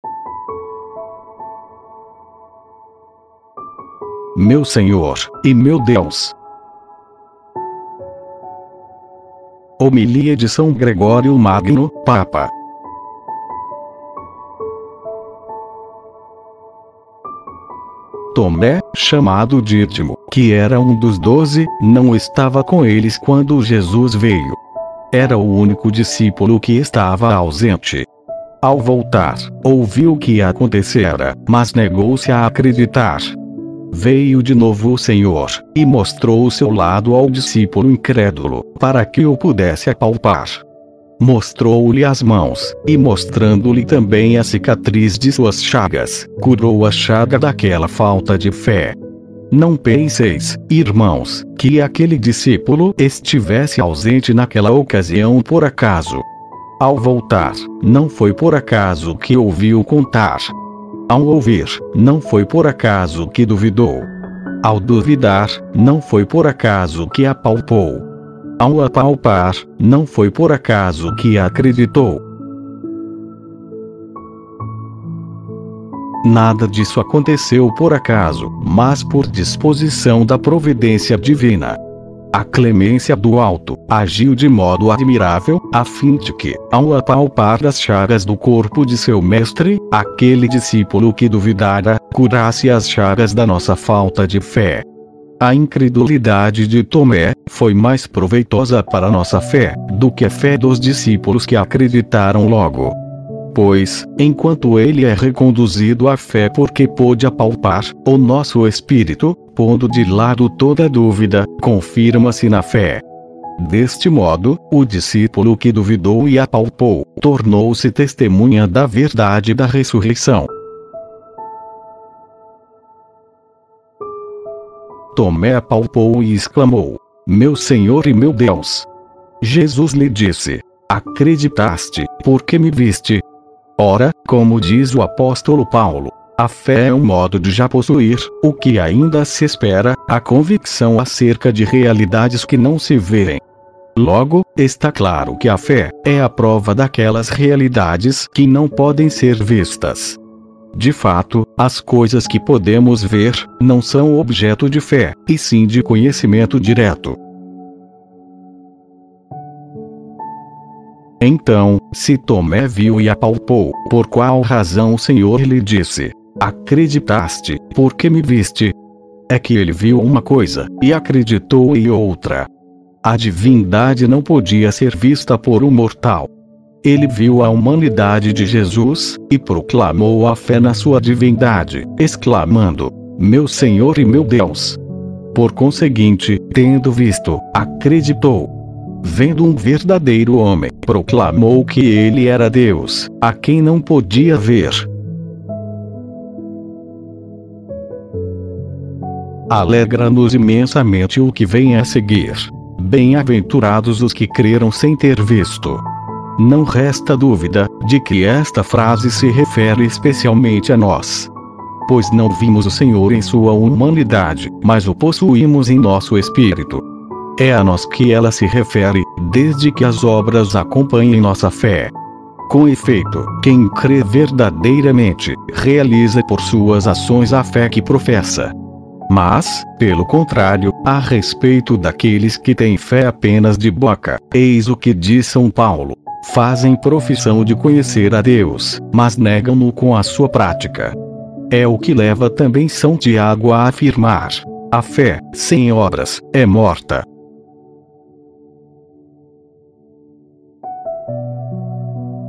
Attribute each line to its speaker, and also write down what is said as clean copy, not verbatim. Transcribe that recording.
Speaker 1: Meu Senhor e meu Deus. Homilia de São Gregório Magno, Papa. Tomé, chamado Dídimo, que era um dos 12, não estava com eles quando Jesus veio. Era o único discípulo que estava ausente. Ao voltar, ouviu o que acontecera, mas negou-se a acreditar. Veio de novo o Senhor, e mostrou o seu lado ao discípulo incrédulo, para que o pudesse apalpar. Mostrou-lhe as mãos, e mostrando-lhe também a cicatriz de suas chagas, curou a chaga daquela falta de fé. Não penseis, irmãos, que aquele discípulo estivesse ausente naquela ocasião por acaso. Ao voltar, não foi por acaso que ouviu contar. Ao ouvir, não foi por acaso que duvidou. Ao duvidar, não foi por acaso que apalpou. Ao apalpar, não foi por acaso que acreditou. Nada disso aconteceu por acaso, mas por disposição da providência divina. A clemência do alto agiu de modo admirável, a fim de que, ao apalpar as chagas do corpo de seu mestre, aquele discípulo que duvidara, curasse as chagas da nossa falta de fé. A incredulidade de Tomé foi mais proveitosa para nossa fé do que a fé dos discípulos que acreditaram logo. Pois, enquanto ele é reconduzido à fé porque pôde apalpar, o nosso espírito, pondo de lado toda dúvida, confirma-se na fé. Deste modo, o discípulo que duvidou e apalpou, tornou-se testemunha da verdade da ressurreição. Tomé apalpou e exclamou: Meu Senhor e meu Deus! Jesus lhe disse: Acreditaste, porque me viste? Ora, como diz o apóstolo Paulo, a fé é um modo de já possuir o que ainda se espera, a convicção acerca de realidades que não se veem. Logo, está claro que a fé é a prova daquelas realidades que não podem ser vistas. De fato, as coisas que podemos ver não são objeto de fé, e sim de conhecimento direto. Então, se Tomé viu e apalpou, por qual razão o Senhor lhe disse: Acreditaste, porque me viste? É que ele viu uma coisa, e acreditou em outra. A divindade não podia ser vista por um mortal. Ele viu a humanidade de Jesus, e proclamou a fé na sua divindade, exclamando: Meu Senhor e meu Deus! Por conseguinte, tendo visto, acreditou. Vendo um verdadeiro homem, proclamou que ele era Deus, a quem não podia ver. Alegra-nos imensamente o que vem a seguir. Bem-aventurados os que creram sem ter visto. Não resta dúvida de que esta frase se refere especialmente a nós. Pois não vimos o Senhor em sua humanidade, mas o possuímos em nosso espírito. É a nós que ela se refere, desde que as obras acompanhem nossa fé. Com efeito, quem crê verdadeiramente, realiza por suas ações a fé que professa. Mas, pelo contrário, a respeito daqueles que têm fé apenas de boca, eis o que diz São Paulo: fazem profissão de conhecer a Deus, mas negam-no com a sua prática. É o que leva também São Tiago a afirmar: a fé, sem obras, é morta.